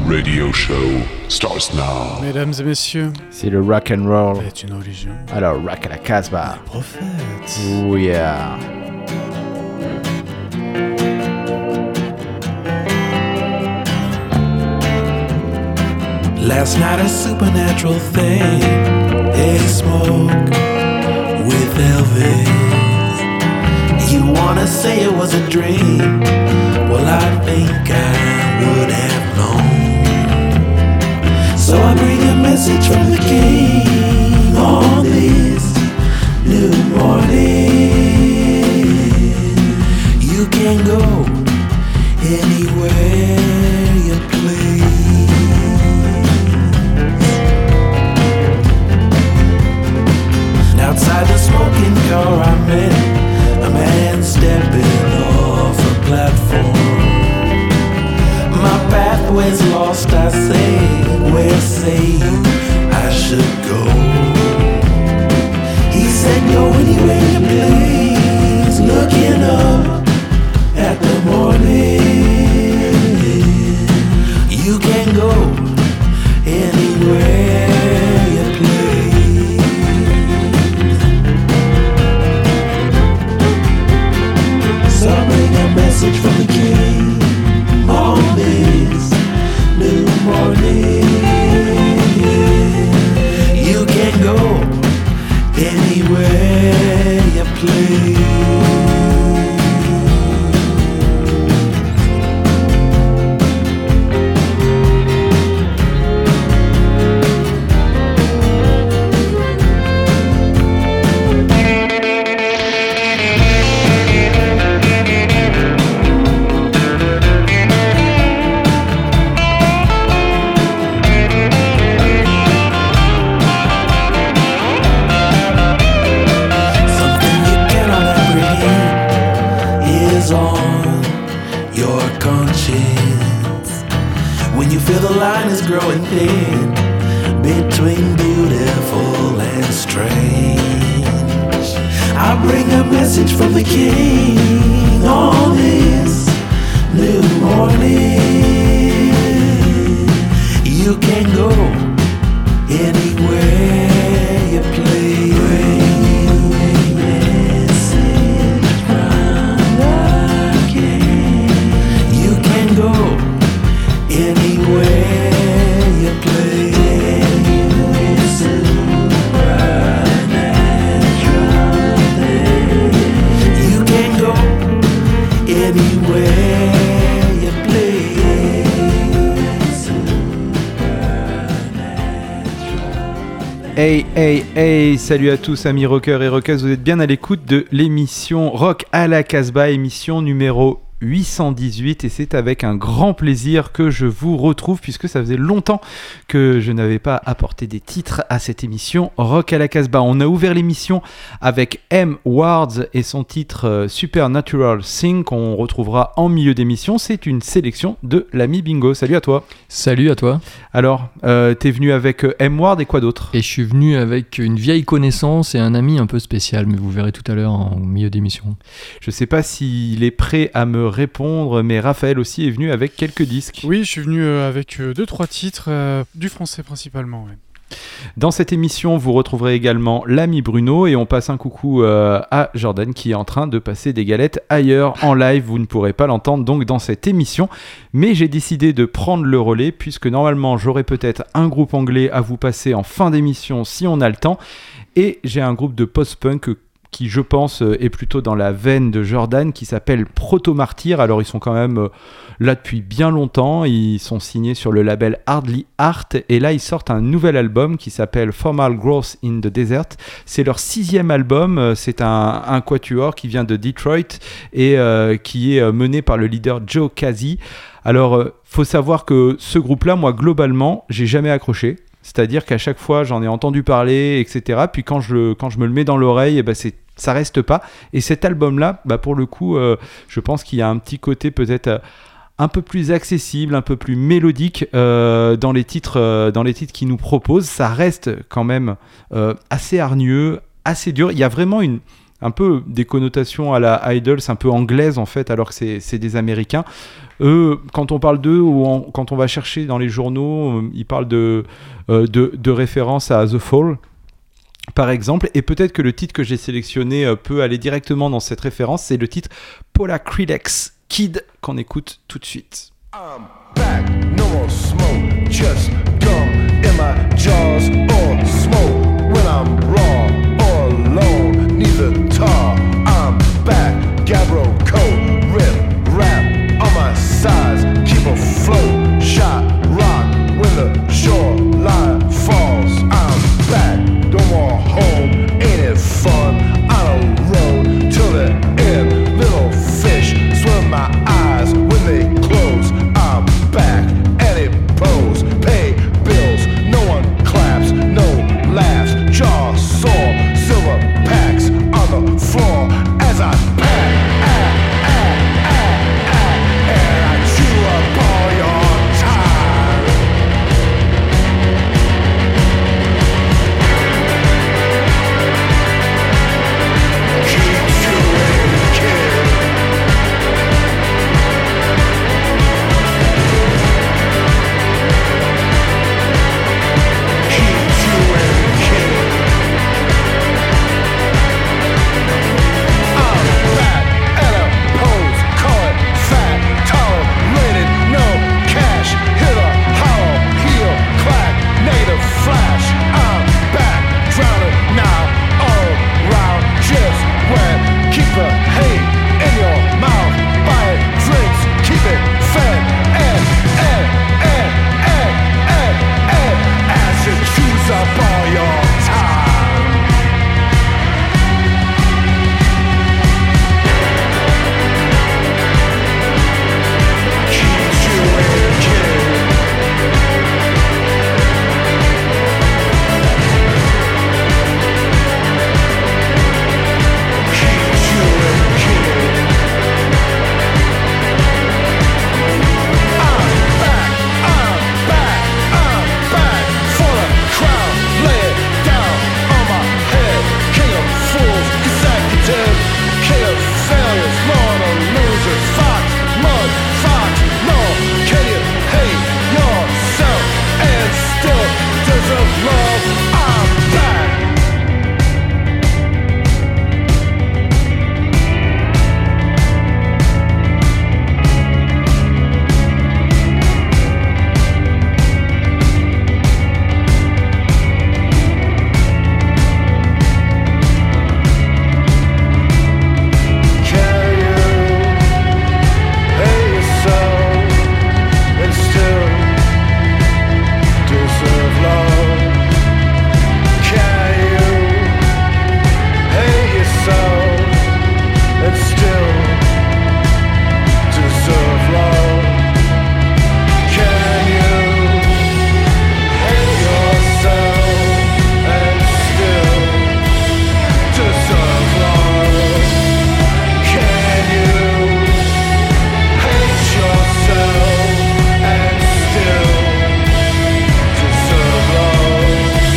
radio show starts now. Mesdames et messieurs, c'est le rock and roll. C'est une religion. Alors, rock à la Casbah. Les prophètes. Oh yeah. Last night a supernatural thing, a smoke with Elvis. You wanna say it was a dream? Well, I think I would have known. So I bring a message from the King on this new morning. You can go anywhere you please. Outside the smoking car I met a man stepping off a platform. My pathway's lost, I say, where say you I should go? He said go anywhere you please, looking up at the morning. You can go anywhere you please. So I bring a message from the King on this new morning. You can go anywhere you please. Feel the line is growing thin between beautiful and strange. I bring a message from the King on this new morning. You can go anywhere you please. Bring a message from the King. You can go anywhere you play. You can go anywhere you play. Hey, hey, hey, salut à tous amis rockers et rockeuses, vous êtes bien à l'écoute de l'émission Rock à la Casbah, émission numéro 818, et c'est avec un grand plaisir que je vous retrouve puisque ça faisait longtemps que je n'avais pas apporté des titres à cette émission Rock à la Casbah. On a ouvert l'émission avec M. Wards et son titre Supernatural Thing qu'on retrouvera en milieu d'émission. C'est une sélection de l'ami Bingo. Salut à toi. Salut à toi. Alors, t'es venu avec M. Ward et quoi d'autre ? Et je suis venu avec une vieille connaissance et un ami un peu spécial, mais vous verrez tout à l'heure en milieu d'émission. Je sais pas s'il est prêt à me répondre, mais Raphaël aussi est venu avec quelques disques. Oui, je suis venu avec 2-3 titres, du français principalement. Ouais. Dans cette émission, vous retrouverez également l'ami Bruno et on passe un coucou à Jordan qui est en train de passer des galettes ailleurs en live. Vous ne pourrez pas l'entendre donc dans cette émission, mais j'ai décidé de prendre le relais puisque normalement j'aurai peut-être un groupe anglais à vous passer en fin d'émission si on a le temps, et j'ai un groupe de post-punk qui je pense est plutôt dans la veine de Jordan, qui s'appelle Proto-Martyr. Alors ils sont quand même là depuis bien longtemps, ils sont signés sur le label Hardly Art, et là ils sortent un nouvel album qui s'appelle Formal Growth in the Desert. C'est leur 6e album, c'est un quatuor qui vient de Detroit et qui est mené par le leader Joe Casey. Alors faut savoir que ce groupe-là, moi globalement, j'ai jamais accroché. C'est-à-dire qu'à chaque fois, j'en ai entendu parler, etc. Puis quand je me le mets dans l'oreille, eh ben ça reste pas. Et cet album-là, pour le coup, je pense qu'il y a un petit côté peut-être un peu plus accessible, un peu plus mélodique dans les titres qu'ils nous proposent. Ça reste quand même assez hargneux, assez dur. Il y a vraiment un peu des connotations à la Idols, un peu anglaises en fait, alors que c'est des Américains. Quand on parle d'eux ou quand on va chercher dans les journaux, ils parlent de références à The Fall, par exemple, et peut-être que le titre que j'ai sélectionné peut aller directement dans cette référence, c'est le titre Paula Kridex Kid qu'on écoute tout de suite. I'm back, no more smoke, just gum in my jaws or smoke when I'm raw or alone, neither tar. I'm back, Gabbro coat, rip, rap on my sides, keep afloat, shot, rock when the shoreline falls. I'm back, no more home, ain't it fun? On a road till the end, little fish swim my eyes when they close. I'm back and it pose, pay bills, no one claps, no laughs, jaw sore, silver packs on the floor as I pack, and I chew up all your time. Keep chewing, kid. Keep chewing, kid. I'm back at a pose, call it fat, tolerated, no cash. Hit a hollow, heel, clack, native flash. I'm back, drowning now, all around, just wet. Keep the hate in your mouth, buy it, drinks, keep it fed, and as you choose up all your time. Keep chewing, kid. Keep chewing, kid. I'm back for the crown. Lay it down on my head. King of fools, consecutive. King of failures, lord of losers. Fox, mud, fox, no. Can you hate yourself and still deserve love? I'm back. Can you hate yourself and still deserve love? Can you hate yourself and still deserve love? Can you hate yourself and still deserve love? Can you hate yourself and still deserve love?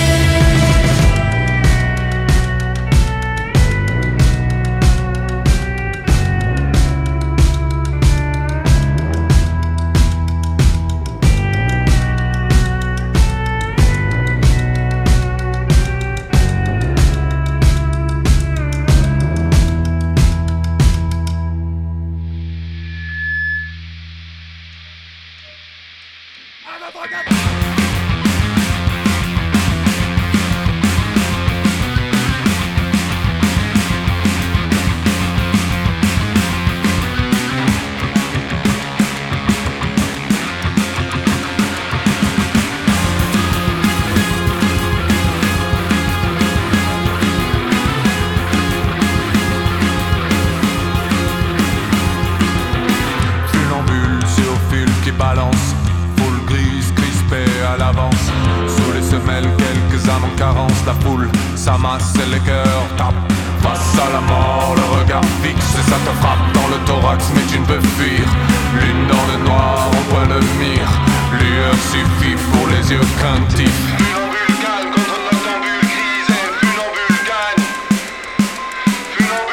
Funambule sur fil qui balance, foule grise crispée à l'avance. Sous les semelles, quelques âmes en carence. La foule s'amasse et les cœurs tapent. Face à la mort, le regard fixe et ça te frappe dans le thorax, mais tu ne peux fuir. Lune dans le noir, au point de mire. Lueur suffit pour les yeux craintifs. Funambule gagne contre noctambule grise et funambule gagne. Funambule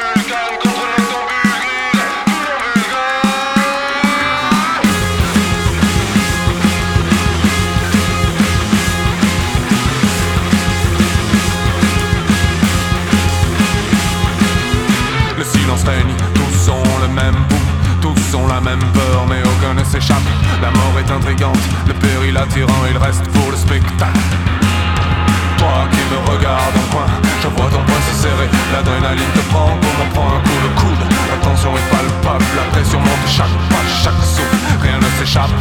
s'échappe. La mort est intrigante, le péril attirant, il reste pour le spectacle. Toi qui me regardes en coin, je vois ton poing se serrer. L'adrénaline te prend comme on prend un coup de coude. La tension est palpable, la pression monte chaque pas, chaque souffle, rien ne s'échappe.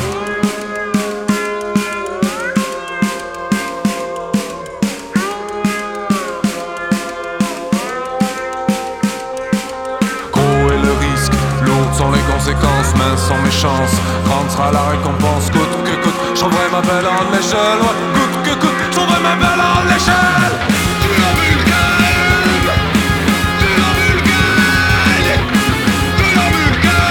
Sont les conséquences, minces sont mes chances. Grande sera la récompense, coûte que coûte. Je trouverai ma belle en l'échelle, ouais, coûte que coûte. Je trouverai ma belle en l'échelle. Tu l'as vu le gueule, tu l'as vu le gueule, tu l'as vu le gueule.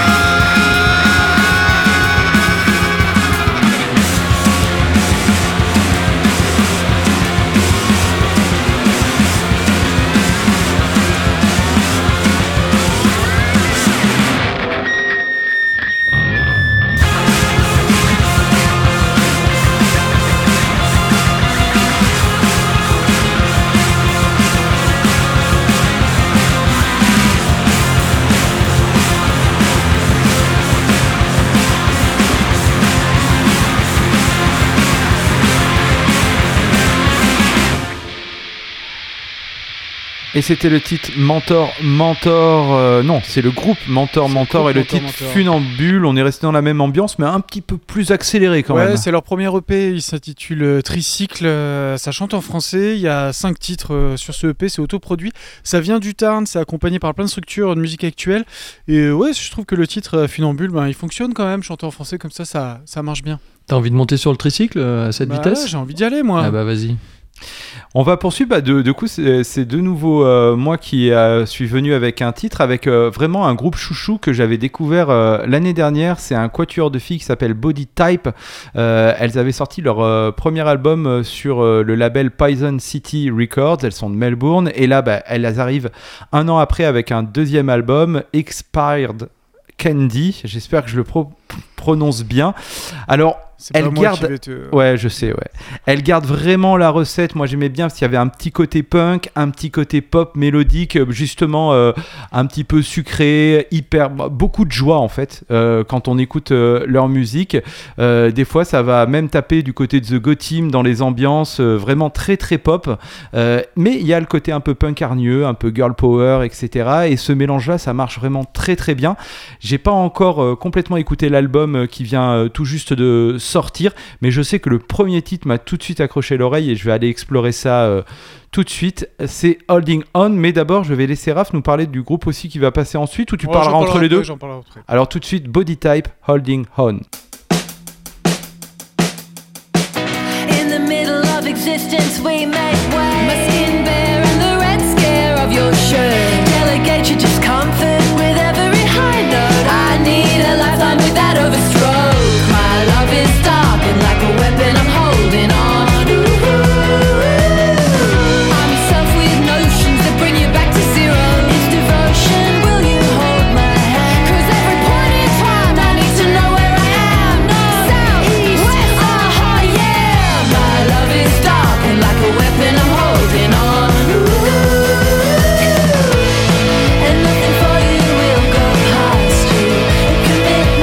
Et c'était le titre Mentor, non, c'est le groupe Mentor et le titre Funambule. On est resté dans la même ambiance, mais un petit peu plus accéléré quand même. Ouais, c'est leur premier EP, il s'intitule Tricycle, ça chante en français, il y a 5 titres sur ce EP, c'est autoproduit. Ça vient du Tarn, c'est accompagné par plein de structures de musique actuelle. Et ouais, je trouve que le titre Funambule, il fonctionne quand même, chanter en français comme ça marche bien. T'as envie de monter sur le tricycle à cette vitesse ? Ouais, j'ai envie d'y aller moi. Ah bah vas-y. On va poursuivre, de coup c'est de nouveau moi qui suis venu avec un titre, avec vraiment un groupe chouchou que j'avais découvert l'année dernière. C'est un quatuor de filles qui s'appelle Body Type. Elles avaient sorti leur premier album sur le label Poison City Records. Elles sont de Melbourne et là elles arrivent un an après avec un deuxième album, Expired Candy. J'espère que je le prononce bien. Alors elle garde, ouais, je sais, ouais. Elle garde vraiment la recette. Moi, j'aimais bien parce qu'il y avait un petit côté punk, un petit côté pop mélodique, justement, un petit peu sucré, beaucoup de joie en fait. Quand on écoute leur musique, des fois, ça va même taper du côté de The Go Team dans les ambiances, vraiment très très pop. Mais il y a le côté un peu punk hargneux, un peu girl power, etc. Et ce mélange-là, ça marche vraiment très très bien. J'ai pas encore complètement écouté l'album qui vient tout juste de sortir, mais je sais que le premier titre m'a tout de suite accroché l'oreille et je vais aller explorer ça tout de suite. C'est Holding On, mais d'abord je vais laisser Raph nous parler du groupe aussi qui va passer ensuite, ou tu parleras entre les deux. J'en parlerai après. Alors tout de suite, Body Type, Holding On. In the middle of existence we make way. My skin bare and the red scare of your shirt. Delegate your discomfort with every high note. I need a lifetime without overstroke. My love is dark and like a weapon I'm holding on. I'm self with notions that bring you back to zero. It's devotion, will you hold my hand? 'Cause every point in time I need to know where I am. North, south, east, west, yeah. My love is dark and like a weapon I'm holding on. And nothing for you will go past you. A commitment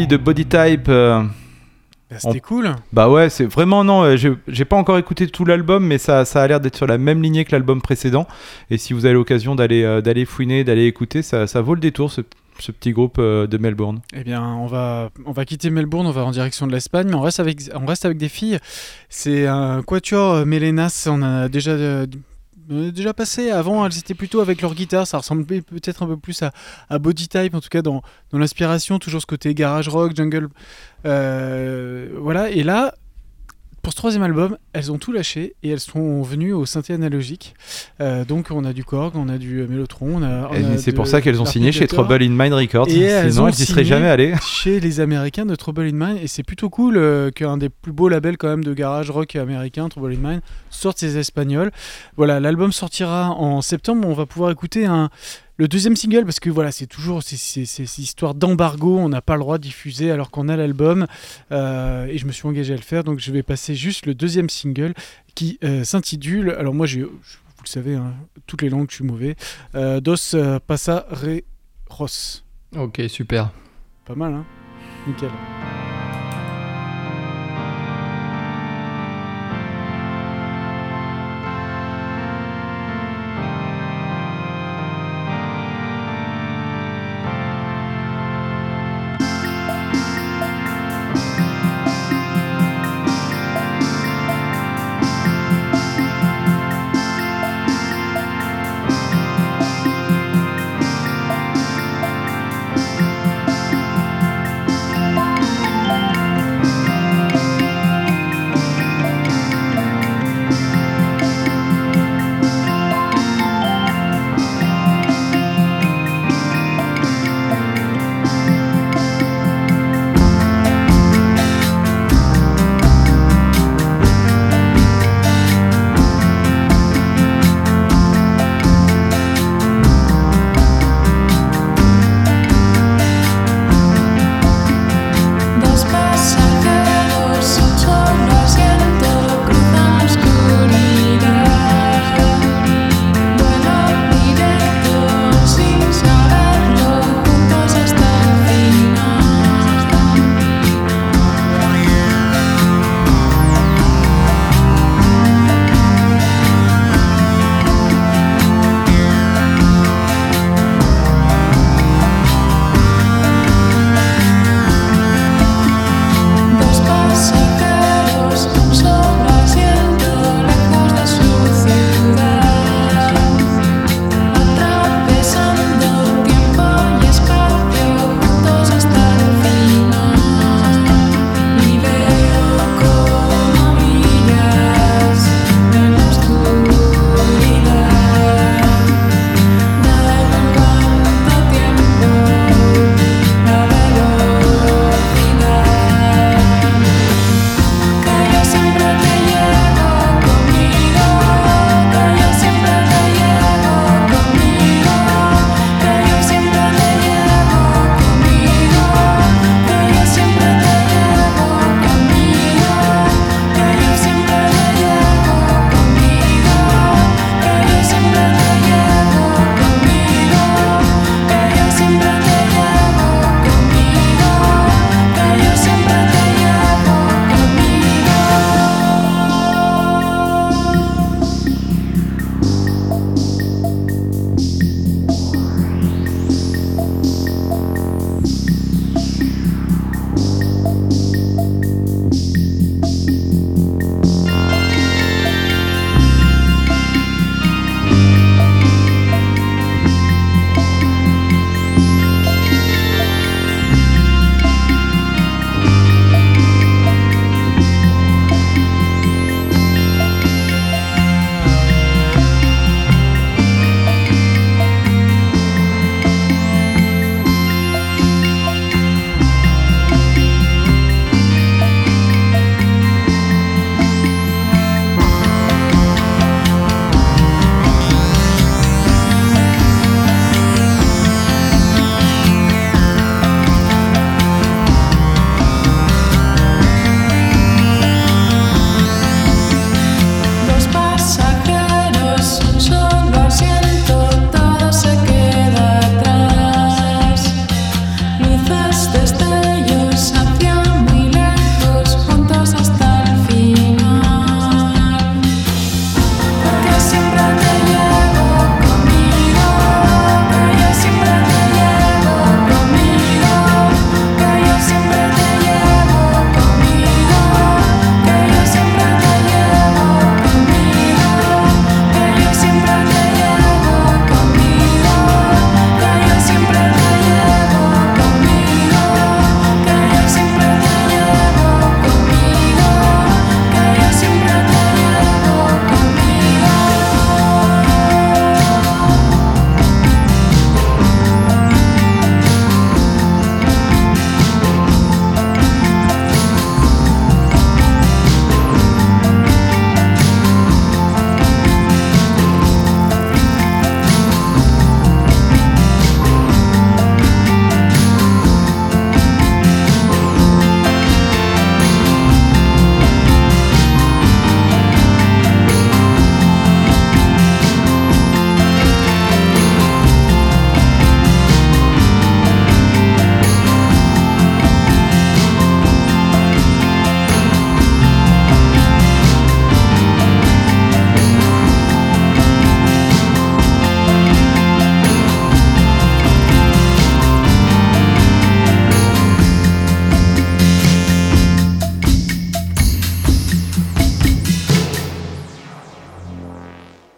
de Body Type. Bah, c'était cool. Bah ouais, c'est vraiment non. J'ai pas encore écouté tout l'album, mais ça a l'air d'être sur la même lignée que l'album précédent. Et si vous avez l'occasion d'aller fouiner, d'aller écouter, ça vaut le détour. Ce petit groupe de Melbourne. Eh bien, on va quitter Melbourne, on va en direction de l'Espagne, mais on reste avec des filles. C'est un quatuor Melenas, on a déjà passé. Avant, elles étaient plutôt avec leur guitare, ça ressemblait peut-être un peu plus à Body Type, en tout cas dans l'inspiration, toujours ce côté garage rock, jungle. Voilà, et là, pour ce troisième album, elles ont tout lâché et elles sont venues au synthé analogique. Donc on a du Korg, on a du Mellotron, et c'est pour ça qu'elles ont signé chez Trouble in Mind Records. Et sinon elles n'y seraient jamais allées. Chez les Américains de Trouble in Mind, et c'est plutôt cool qu'un des plus beaux labels quand même de garage rock américain, Trouble in Mind, sorte ces Espagnols. Voilà, l'album sortira en septembre. On va pouvoir écouter le deuxième single, parce que voilà, c'est toujours ces histoires d'embargo, on n'a pas le droit de diffuser alors qu'on a l'album, et je me suis engagé à le faire, donc je vais passer juste le deuxième single qui s'intitule, alors moi vous le savez, hein, toutes les langues je suis mauvais, Dos Pasareros. Ok, super. Pas mal, hein. Nickel.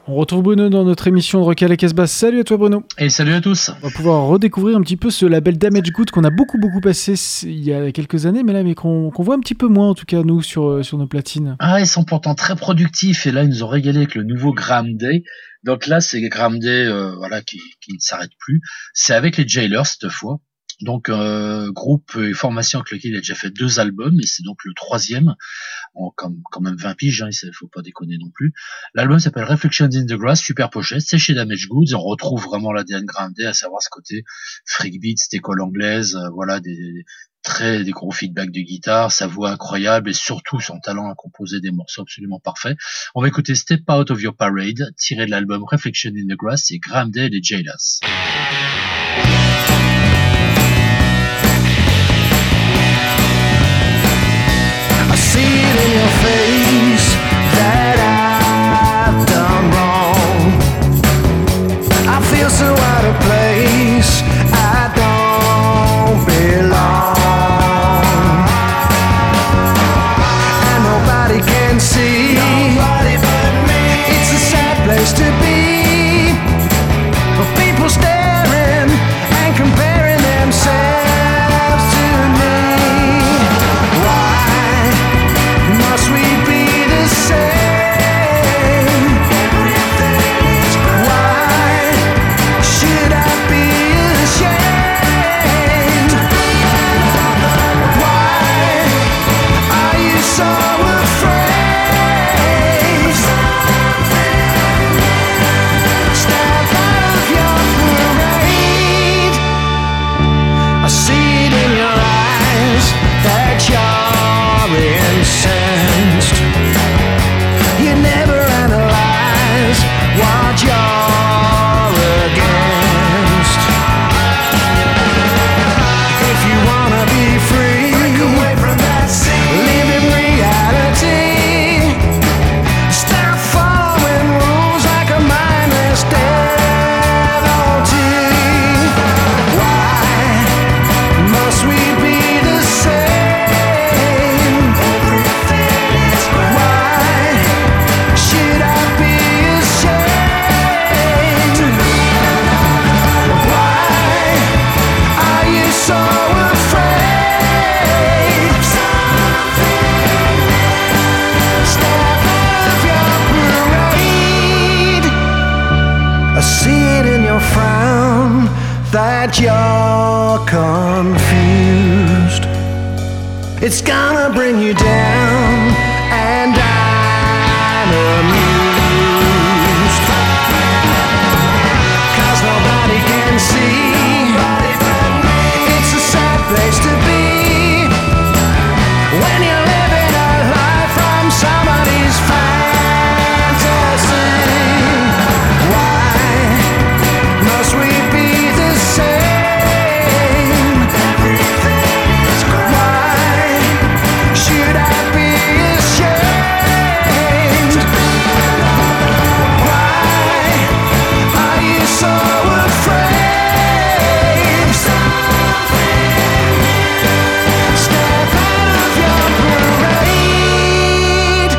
On retrouve Bruno dans notre émission de Rock à la Casbah. Salut à toi Bruno. Et salut à tous. On va pouvoir redécouvrir un petit peu ce label Damage Good qu'on a beaucoup passé il y a quelques années, mais qu'on voit un petit peu moins en tout cas nous sur nos platines. Ah, ils sont pourtant très productifs et là ils nous ont régalé avec le nouveau Graham Day. Donc là c'est Graham Day qui ne s'arrête plus. C'est avec les Jailers cette fois. Donc groupe et formation avec lequel il a déjà fait 2 albums et c'est donc le 3e en quand même 20 piges, il faut pas déconner non plus. L'album s'appelle Reflections in the Grass, super pochette, c'est chez Damage Goods, on retrouve vraiment l'ADN Graham Day, à savoir ce côté freak beat, cette école anglaise, des gros feedbacks de guitare, sa voix incroyable et surtout son talent à composer des morceaux absolument parfaits. On va écouter Step Out of Your Parade, tiré de l'album Reflection in the Grass, c'est Graham Day et les Jailers. I see it in your face that I've done wrong. I feel so out of place, I don't belong. And nobody can see, it's a sad place to be, for people staring and comparing themselves to me. Must we be the same? Why should I be ashamed? Why are you so afraid? Step out of your parade. I see it in your eyes that you're incensed. You never analyze what you're against. If you wanna be free, break away from that scene, live in reality. Stop following rules like a mindless devotee. Why must we be the same? Why should I be ashamed? Why are you so afraid? Step out of your parade. I see it in your frown that you're confused. It's gonna bring you down, and I'm amused. 'Cause nobody can see, it's a sad place to be, when you're living a life from somebody's fantasy. Why must we be the same? Why should I be ashamed? Why are you so afraid? Step out of your parade.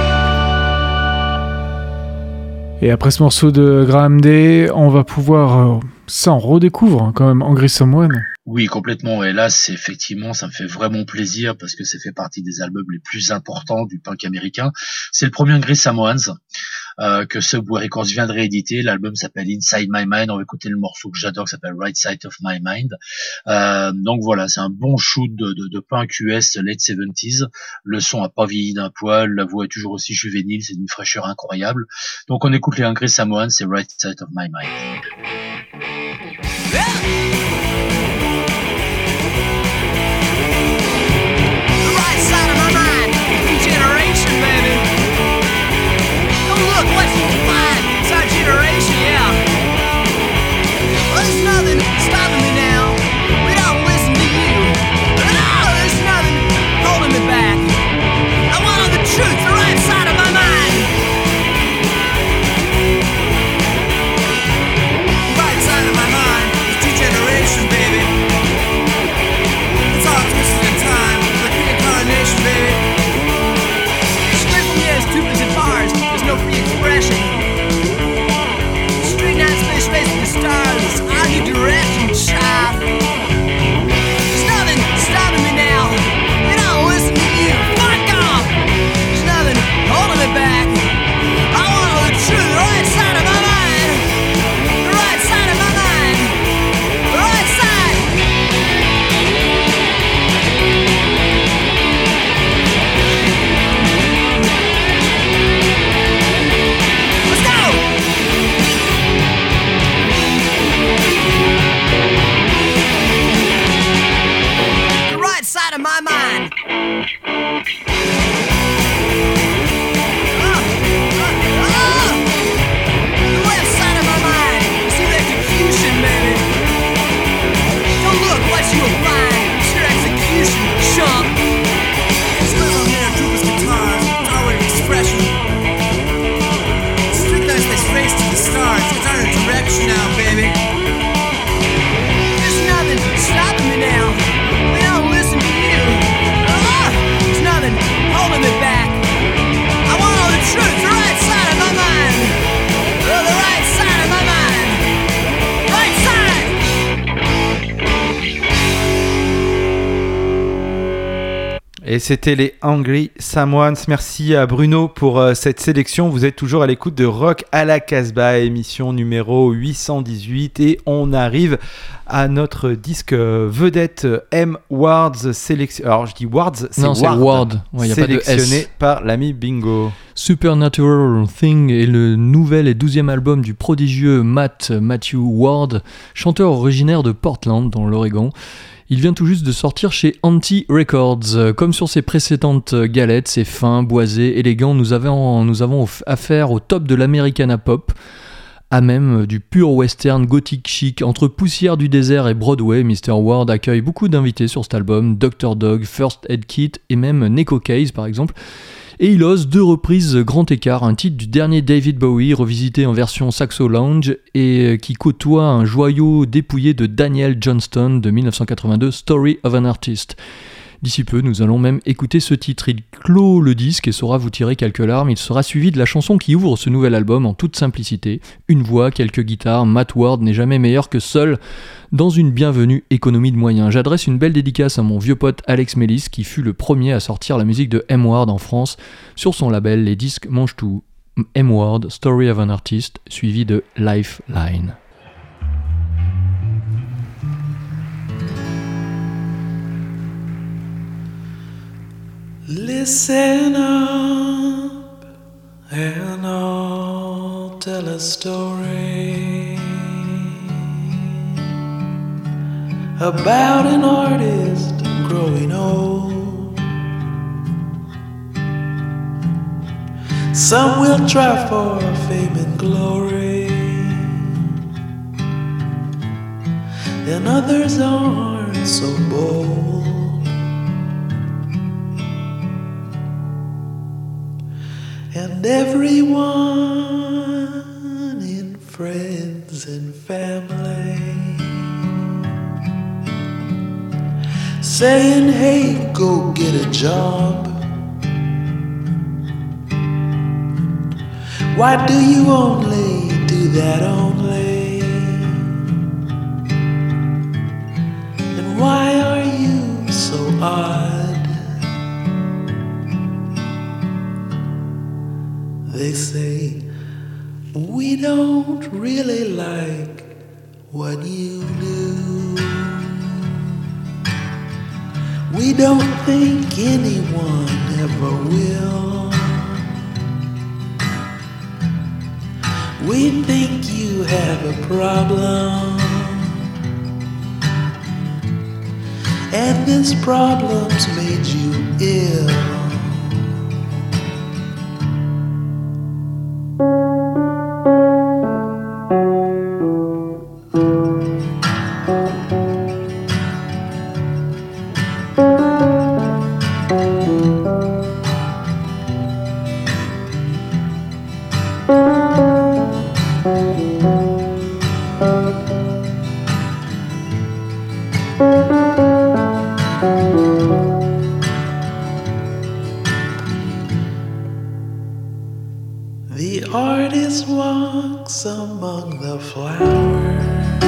Et après ce morceau de Graham Day, on va pouvoir ça on redécouvre quand même Angry Someone. Oui, complètement. Et là, c'est effectivement, ça me fait vraiment plaisir parce que ça fait partie des albums les plus importants du punk américain. C'est le premier Angry Samoans que Subway Records vient de rééditer. L'album s'appelle Inside My Mind. On va écouter le morceau que j'adore qui s'appelle Right Side of My Mind. Donc voilà, c'est un bon shoot de punk US late 70s. Le son a pas vieilli d'un poil. La voix est toujours aussi juvénile. C'est d'une fraîcheur incroyable. Donc on écoute les Angry Samoans, c'est Right Side of My Mind. Right side of my mind is 2 generations. Et c'était les Angry Samoans. Merci à Bruno pour cette sélection. Vous êtes toujours à l'écoute de Rock à la Casbah, émission numéro 818. Et on arrive à notre disque vedette M. Wards sélection. Alors je dis Wards, c'est non, Ward. C'est Ward. Ouais, y a sélectionné pas de S. par l'ami Bingo. Supernatural Thing est le nouvel et 12e album du prodigieux Matthew Ward, chanteur originaire de Portland, dans l'Oregon. Il vient tout juste de sortir chez Anti Records. Comme sur ses précédentes galettes, c'est fin, boisé, élégant. Nous avons affaire au top de l'Americana Pop, à même du pur western gothique chic. Entre Poussière du désert et Broadway, Mr. Ward accueille beaucoup d'invités sur cet album, Dr. Dog, First Aid Kit et même Neko Case par exemple. Et il ose 2 reprises grand écart, un titre du dernier David Bowie revisité en version Saxo Lounge et qui côtoie un joyau dépouillé de Daniel Johnston de 1982, Story of an Artist. D'ici peu, nous allons même écouter ce titre. Il clôt le disque et saura vous tirer quelques larmes. Il sera suivi de la chanson qui ouvre ce nouvel album en toute simplicité. Une voix, quelques guitares. Matt Ward n'est jamais meilleur que seul dans une bienvenue économie de moyens. J'adresse une belle dédicace à mon vieux pote Alex Mellis qui fut le premier à sortir la musique de M. Ward en France sur son label Les Disques Mangent Tout. M. Ward, Story of an Artist, suivi de Lifeline. Listen up and I'll tell a story about an artist growing old. Some will try for fame and glory, and others aren't so bold. And everyone in friends and family saying, hey, go get a job. Why do you only do that only? And why are you so odd? They say, we don't really like what you do. We don't think anyone ever will. We think you have a problem, and this problem's made you ill. The artist walks among the flowers,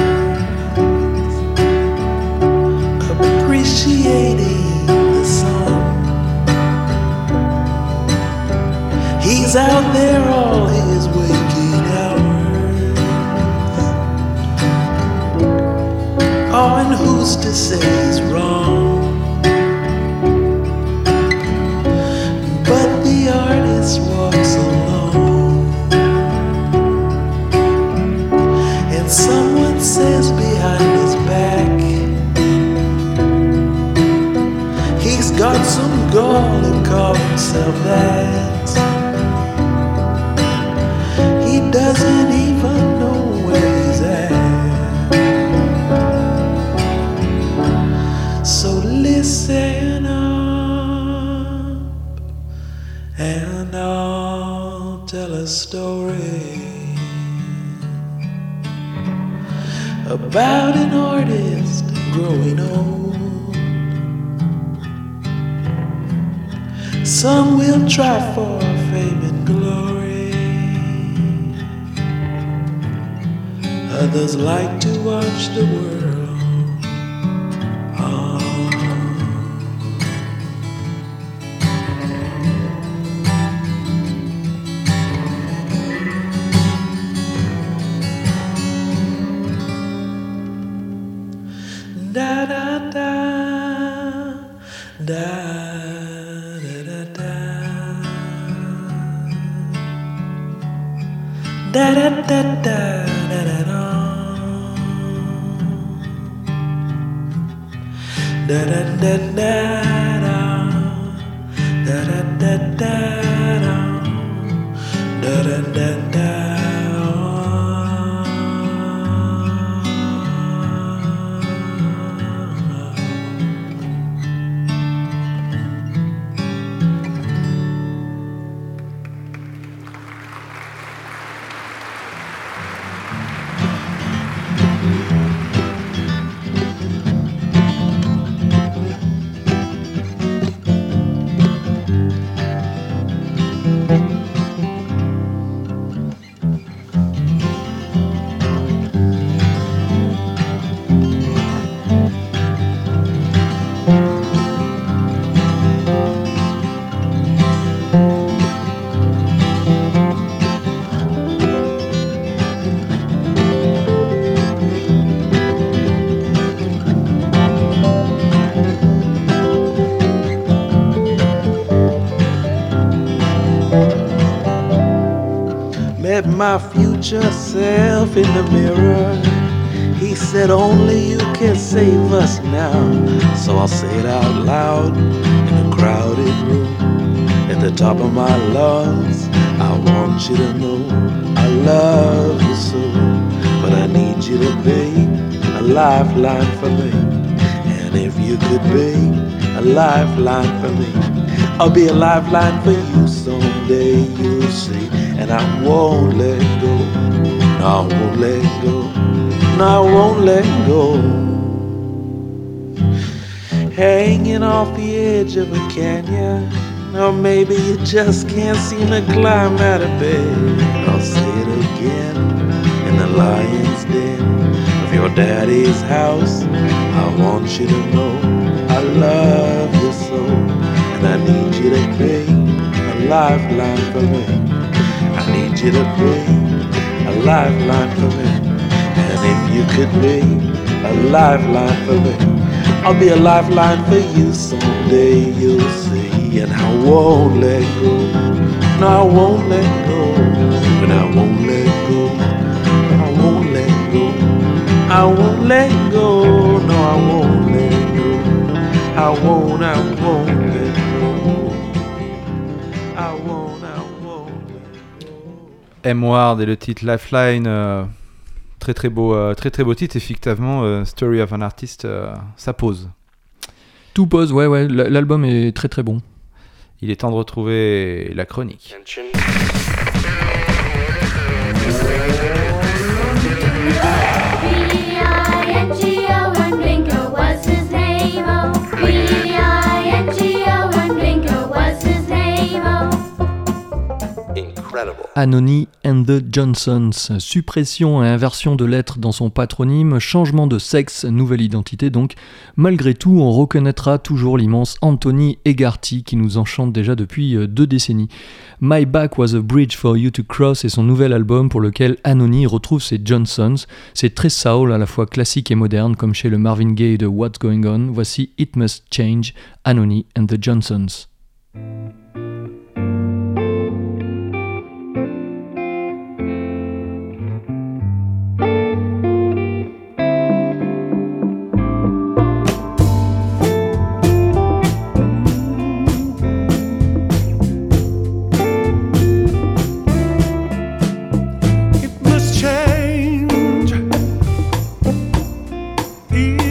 appreciating the sun. He's out there all his waking hours. Oh, and who's to say he's wrong? But the artist walks alone. Someone says behind his back, he's got some gall to call himself that. He doesn't even know where he's at. So listen up and I'll tell a story about an artist growing old. Some will try for fame and glory, others like to watch the world Da da da da da da da. Da da da da da. Da da da da da. Da da da da. Met my future self in the mirror. He said only you can save us now. So I'll say it out loud in a crowded room. At the top of my lungs, I want you to know I love you so. But I need you to be a lifeline for me. And if you could be a lifeline for me, I'll be a lifeline for you someday, you'll see. And I won't let go, no, I won't let go, no, I won't let go. Hanging off the edge of a canyon, or maybe you just can't seem to climb out of bed. I'll say it again, in the lion's den of your daddy's house. I want you to know I love you so. And I need you to be a lifeline for me. I need you to be a lifeline for me. And if you could be a lifeline for me, I'll be a lifeline for you someday, you'll see. And I won't let go, no, I won't let go. And I won't let go, I won't let go. I won't let go, no, I won't let go. I won't let go. I won't let go. M-Ward et le titre Lifeline, très beau titre, effectivement. Story of an Artist, ça pose. Tout pose, ouais, l'album est très très bon. Il est temps de retrouver la chronique. Anony and the Johnsons, suppression et inversion de lettres dans son patronyme, changement de sexe, nouvelle identité donc. Malgré tout, on reconnaîtra toujours l'immense Anthony Egarty qui nous enchante déjà depuis 2 décennies. My Back Was a Bridge for You to Cross est son nouvel album pour lequel Anony retrouve ses Johnsons. C'est très soul, à la fois classique et moderne, comme chez le Marvin Gaye de What's Going On. Voici It Must Change, Anony and the Johnsons.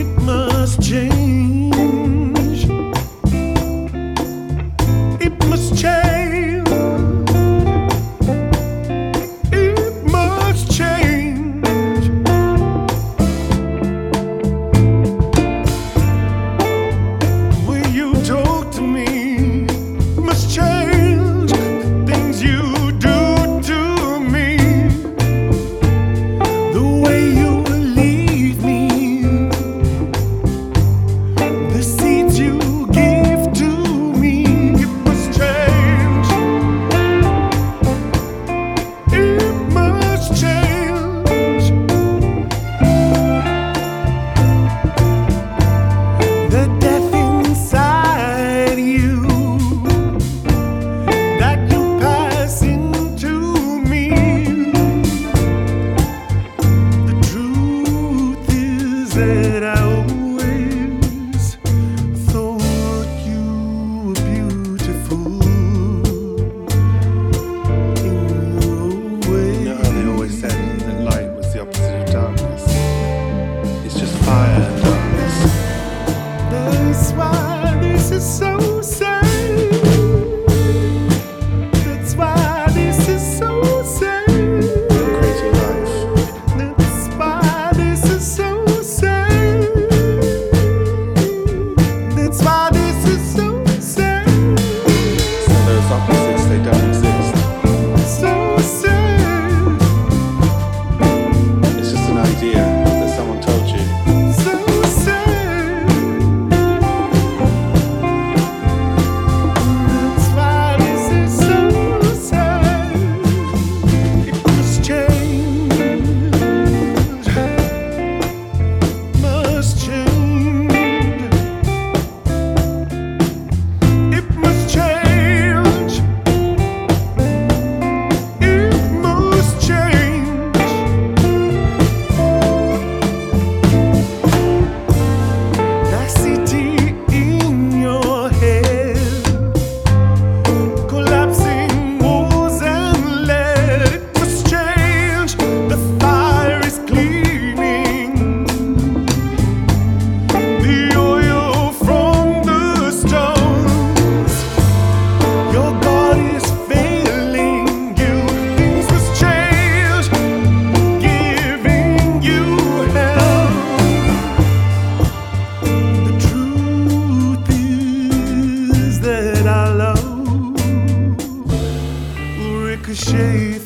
It must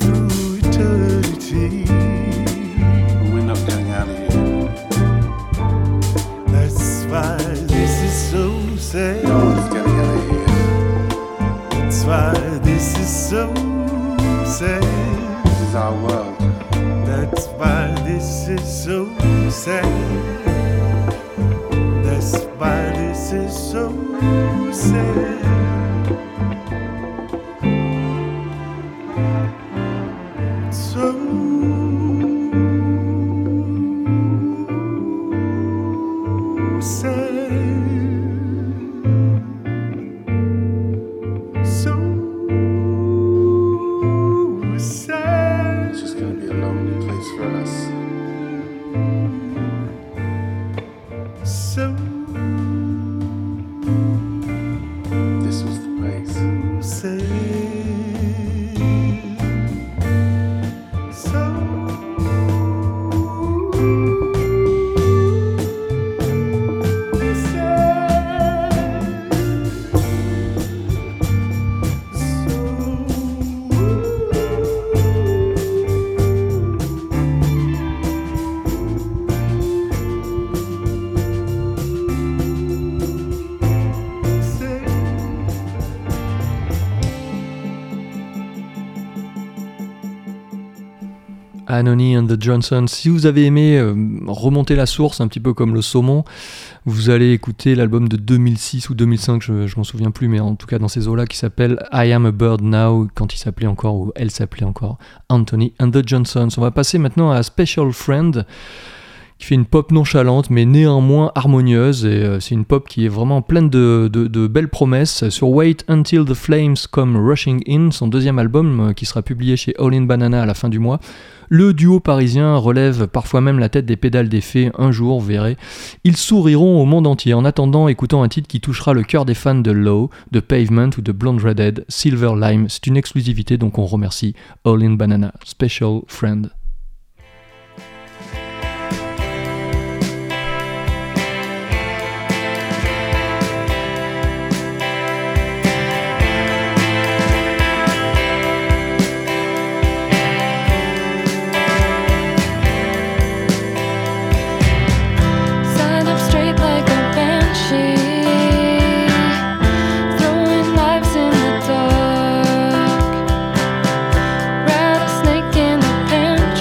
through eternity. We're not getting out of here. That's why this is so sad. No one's getting out of here. That's why this is so sad. This is our world. That's why this is so sad. That's why this is so sad. So sad. So sad. It's just going to be a lonely place for us. So This was the place. sad. So Anony and the Johnsons. Si vous avez aimé remonter la source, un petit peu comme le saumon, vous allez écouter l'album de 2006 ou 2005, je m'en souviens plus, mais en tout cas dans ces eaux-là, qui s'appelle I Am a Bird Now, quand il s'appelait encore, ou elle s'appelait encore, Anthony and the Johnsons. On va passer maintenant à Special Friend, qui fait une pop nonchalante mais néanmoins harmonieuse, et c'est une pop qui est vraiment pleine de belles promesses. Sur Wait Until the Flames Come Rushing In, son deuxième album qui sera publié chez All in Banana à la fin du mois, le duo parisien relève parfois même la tête des pédales d'effet. Un jour, vous verrez, ils souriront au monde entier. En attendant, écoutons un titre qui touchera le cœur des fans de Low, de Pavement ou de Blonde Redhead, Silver Lime. C'est une exclusivité, donc on remercie All in Banana. Special Friend. Stand up straight like a banshee, throwing lives in the dark. Rattlesnake in the pantry.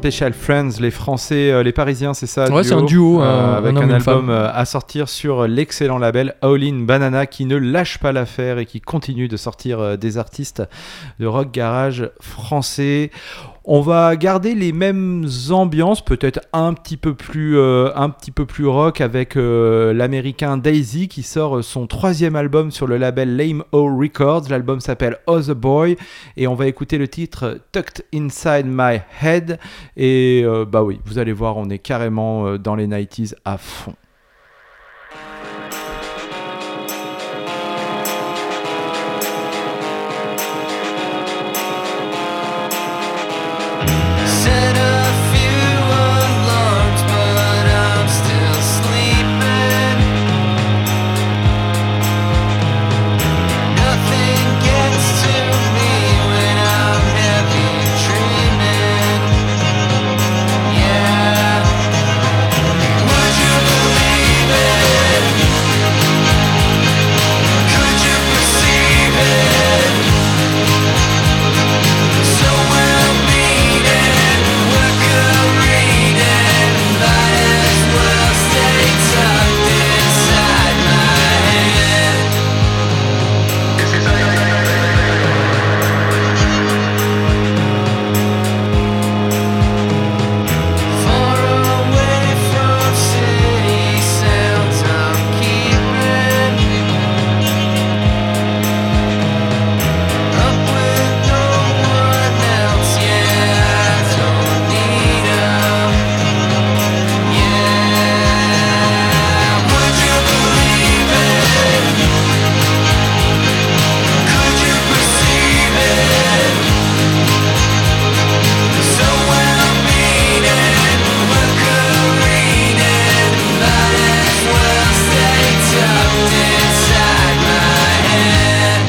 Special Friends, les Français, les Parisiens, c'est ça? Ouais, c'est un duo, avec un homme un et une album femme. à sortir sur l'excellent label All In Banana, qui ne lâche pas l'affaire et qui continue de sortir des artistes de rock garage français. On va garder les mêmes ambiances, peut-être un petit peu plus rock, avec l'américain Daisy qui sort son 3e album sur le label Lame O Records. L'album s'appelle Other Boy et on va écouter le titre Tucked Inside My Head. Et bah oui, vous allez voir, on est carrément dans les 90s à fond. Set a few alarms, but I'm still sleeping. Nothing gets to me when I'm heavy dreaming. Yeah. Would you believe it? Could you perceive it? So well meaning, we're reading, might as well stay tucked inside my head. Far away from city sounds I'm keeping up with no one else, yeah, I don't need 'em, yeah. Would you believe it? Could you perceive it? So well meaning, we're reading, might as well stay tucked inside my head.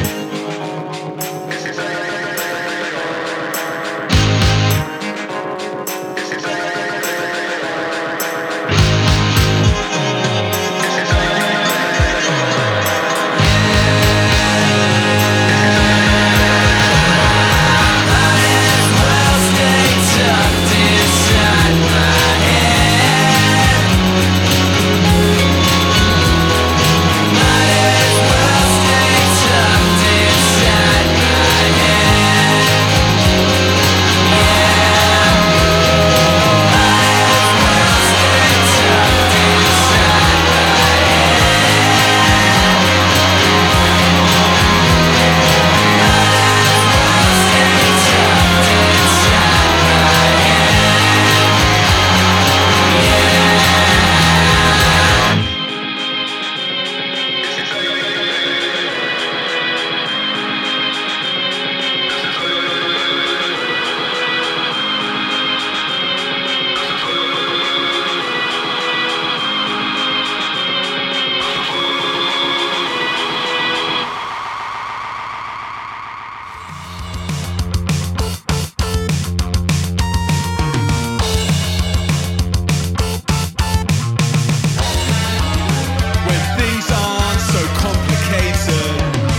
When things aren't so complicated,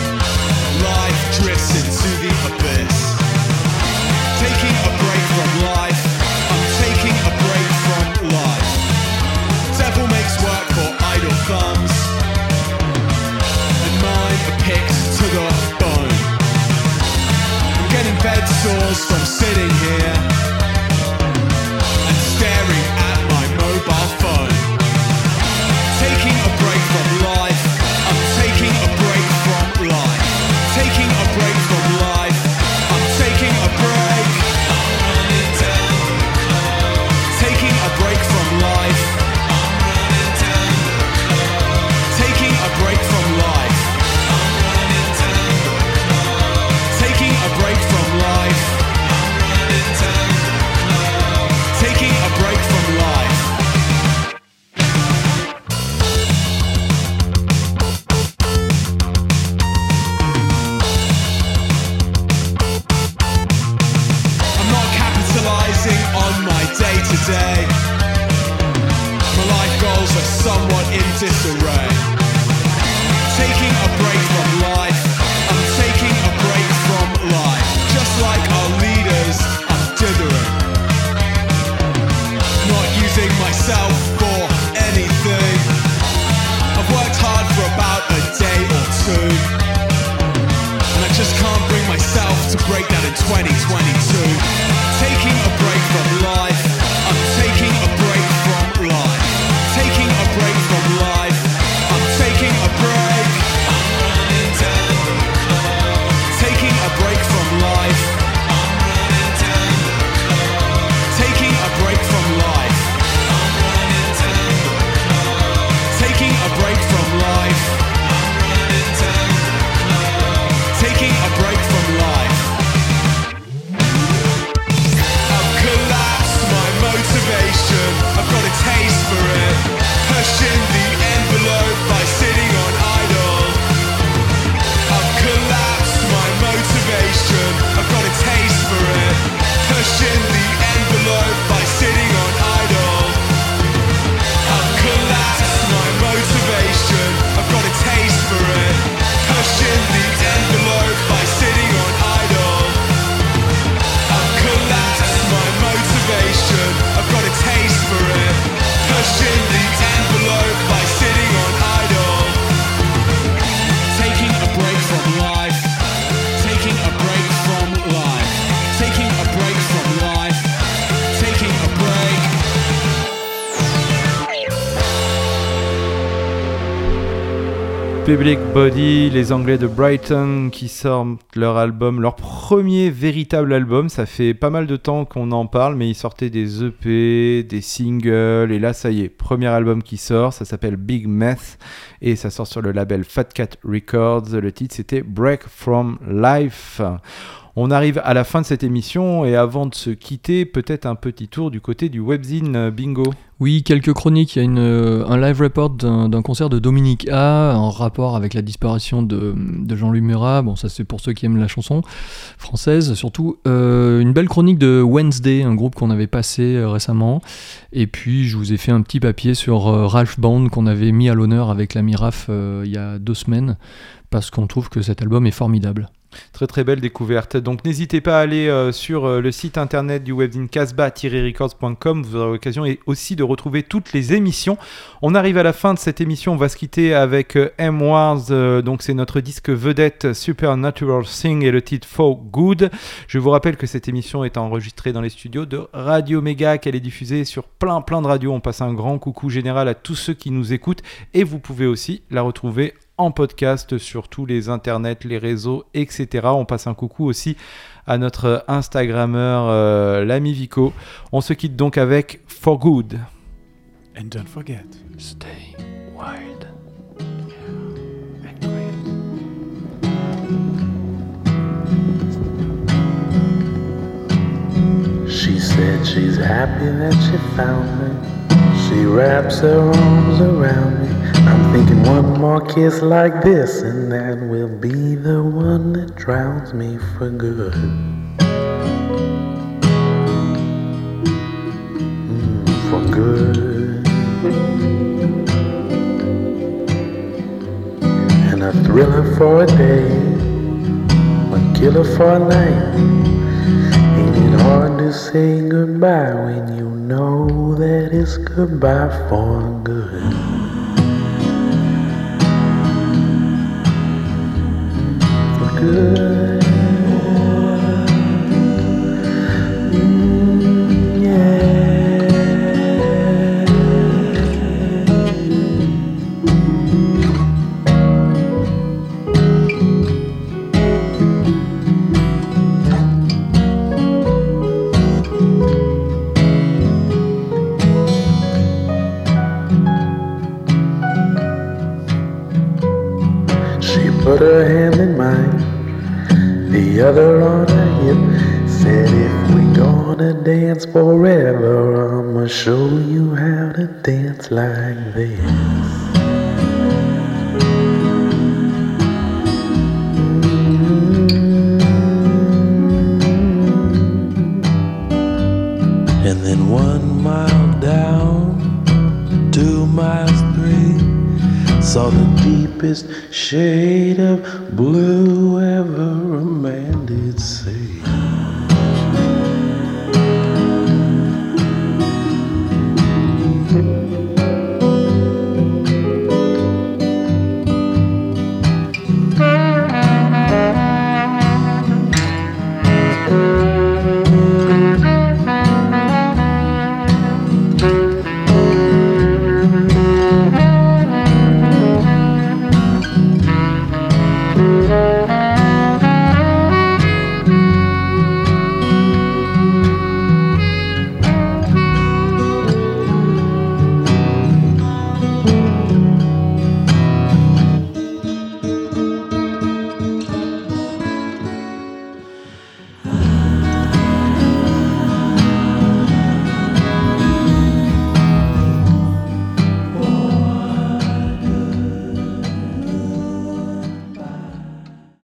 life drifts into the abyss. Taking a break from life, I'm taking a break from life. Devil makes work for idle thumbs, and mine are picked to the bone. I'm getting bed sores from sitting here and staring at my mobile phone. Taking a break from life, I'm taking a break from life. Taking a break from life, I'm taking a break. Taking a break from life. Taking a break from life. Taking a break from life. Taking a break from life. I'm not capitalizing on my day-to-day. My life goals are somewhat in disarray. Taking a break from life, I'm taking a break from life. Just like our leaders, I'm dithering. breakdown in 2022. Taking a break from life. I'm taking a break from life. Taking a break from life. I'm taking a break. I'm running down the clock. Taking a break from life. I'm running down the clock. Taking a break from life. I'm running down the clock. Taking a break from life. I'm running down the clock. Taking a break from life. I've collapsed my motivation. I've got a taste for it. Pushing the envelope by sitting on idle. I've collapsed my motivation. I've got a taste for it. Pushing the envelope by sitting on idle. I've collapsed my motivation. I've got a taste for it. Pushing the envelope by sitting on idle. I've collapsed my motivation. I've got a taste for it. Pushing the envelope by sitting on idle. Taking a break from life. Taking a break from life. Taking a break from life. Taking a break. Public Body, les Anglais de Brighton qui sortent leur album, leur premier véritable album. Ça fait pas mal de temps qu'on en parle, mais ils sortaient des EP, des singles, et là ça y est, premier album qui sort, ça s'appelle Big Meth et ça sort sur le label Fat Cat Records. Le titre c'était Break From Life. On arrive à la fin de cette émission et avant de se quitter, peut-être un petit tour du côté du webzine Bingo. Oui, quelques chroniques. Il y a un live report d'un concert de Dominique A en rapport avec la disparition de Jean-Louis Murat. Bon, ça c'est pour ceux qui aiment la chanson française surtout. Une belle chronique de Wednesday, un groupe qu'on avait passé récemment. Et puis je vous ai fait un petit papier sur Ralph Band qu'on avait mis à l'honneur avec l'ami Raph il y a 2 semaines parce qu'on trouve que cet album est formidable. Très très belle découverte. Donc n'hésitez pas à aller sur le site internet du webzine casbah-records.com. Vous aurez l'occasion aussi de retrouver toutes les émissions. On arrive à la fin de cette émission. On va se quitter avec M-Wars. Donc c'est notre disque vedette Supernatural Thing et le titre For Good. Je vous rappelle que cette émission est enregistrée dans les studios de Radio Méga, qu'elle est diffusée sur plein de radios. On passe un grand coucou général à tous ceux qui nous écoutent et vous pouvez aussi la retrouver en podcast sur tous les internets, les réseaux, etc. On passe un coucou aussi à notre Instagrammeur, l'ami Vico. On se quitte donc avec For Good. And don't forget, stay wild. She said she's happy that she found me. She wraps her arms around me. I'm thinking one more kiss like this, and that will be the one that drowns me for good. For good. And a thriller for a day, a killer for a night. Ain't it hard to say goodbye when you know that it's goodbye for good? Good. Put her hand in mine, the other on her hip. Said if we gonna dance forever, I'ma show you how to dance like this. And then 1 mile down, 2 miles, 3, saw the deepest shade of blue ever a man did see.